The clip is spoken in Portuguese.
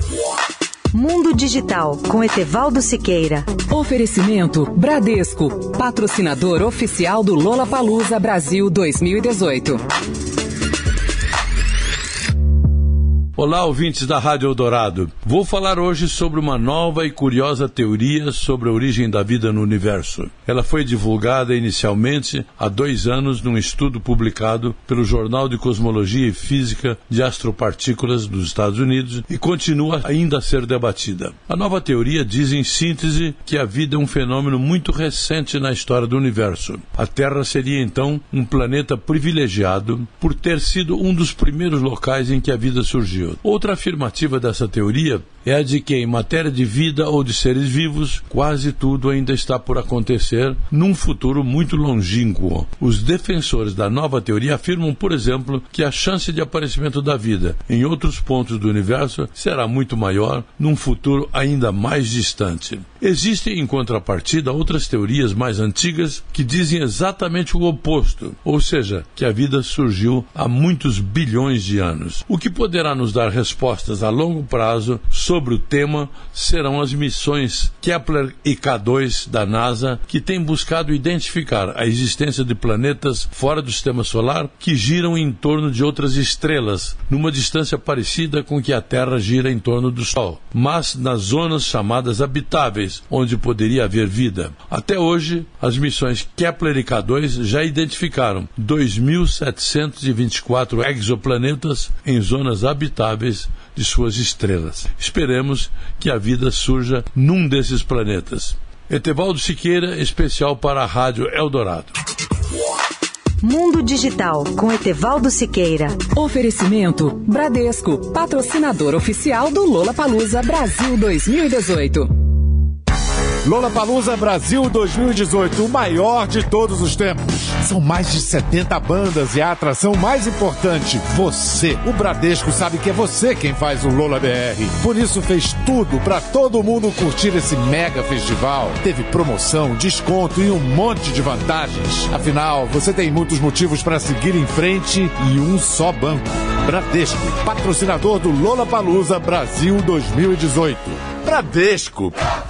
Mundo Digital, com Etevaldo Siqueira. Oferecimento Bradesco, patrocinador oficial do Lollapalooza Brasil 2018. Olá, ouvintes da Rádio Eldorado. Vou falar hoje sobre uma nova e curiosa teoria sobre a origem da vida no universo. Ela foi divulgada inicialmente há 2 anos num estudo publicado pelo Jornal de Cosmologia e Física de Astropartículas dos Estados Unidos e continua ainda a ser debatida. A nova teoria diz, em síntese, que a vida é um fenômeno muito recente na história do universo. A Terra seria, então, um planeta privilegiado por ter sido um dos primeiros locais em que a vida surgiu. Outra afirmativa dessa teoria é a de que, em matéria de vida ou de seres vivos, quase tudo ainda está por acontecer num futuro muito longínquo. Os defensores da nova teoria afirmam, por exemplo, que a chance de aparecimento da vida em outros pontos do universo será muito maior num futuro ainda mais distante. Existem, em contrapartida, outras teorias mais antigas que dizem exatamente o oposto, ou seja, que a vida surgiu há muitos bilhões de anos. O que poderá nos dar respostas a longo prazo sobre o tema serão as missões Kepler e K2 da NASA, que têm buscado identificar a existência de planetas fora do sistema solar que giram em torno de outras estrelas, numa distância parecida com que a Terra gira em torno do Sol, mas nas zonas chamadas habitáveis, onde poderia haver vida. Até hoje, as missões Kepler e K2 já identificaram 2.724 exoplanetas em zonas habitáveis de suas estrelas. Esperemos que a vida surja num desses planetas. Etevaldo Siqueira, especial para a Rádio Eldorado. Mundo Digital, com Etevaldo Siqueira. Oferecimento Bradesco, patrocinador oficial do Lollapalooza Brasil 2018. Lollapalooza Brasil 2018, o maior de todos os tempos. São mais de 70 bandas e a atração mais importante, você. O Bradesco sabe que é você quem faz o Lola BR. Por isso fez tudo para todo mundo curtir esse mega festival. Teve promoção, desconto e um monte de vantagens. Afinal, você tem muitos motivos para seguir em frente e um só banco. Bradesco, patrocinador do Lollapalooza Brasil 2018. Bradesco.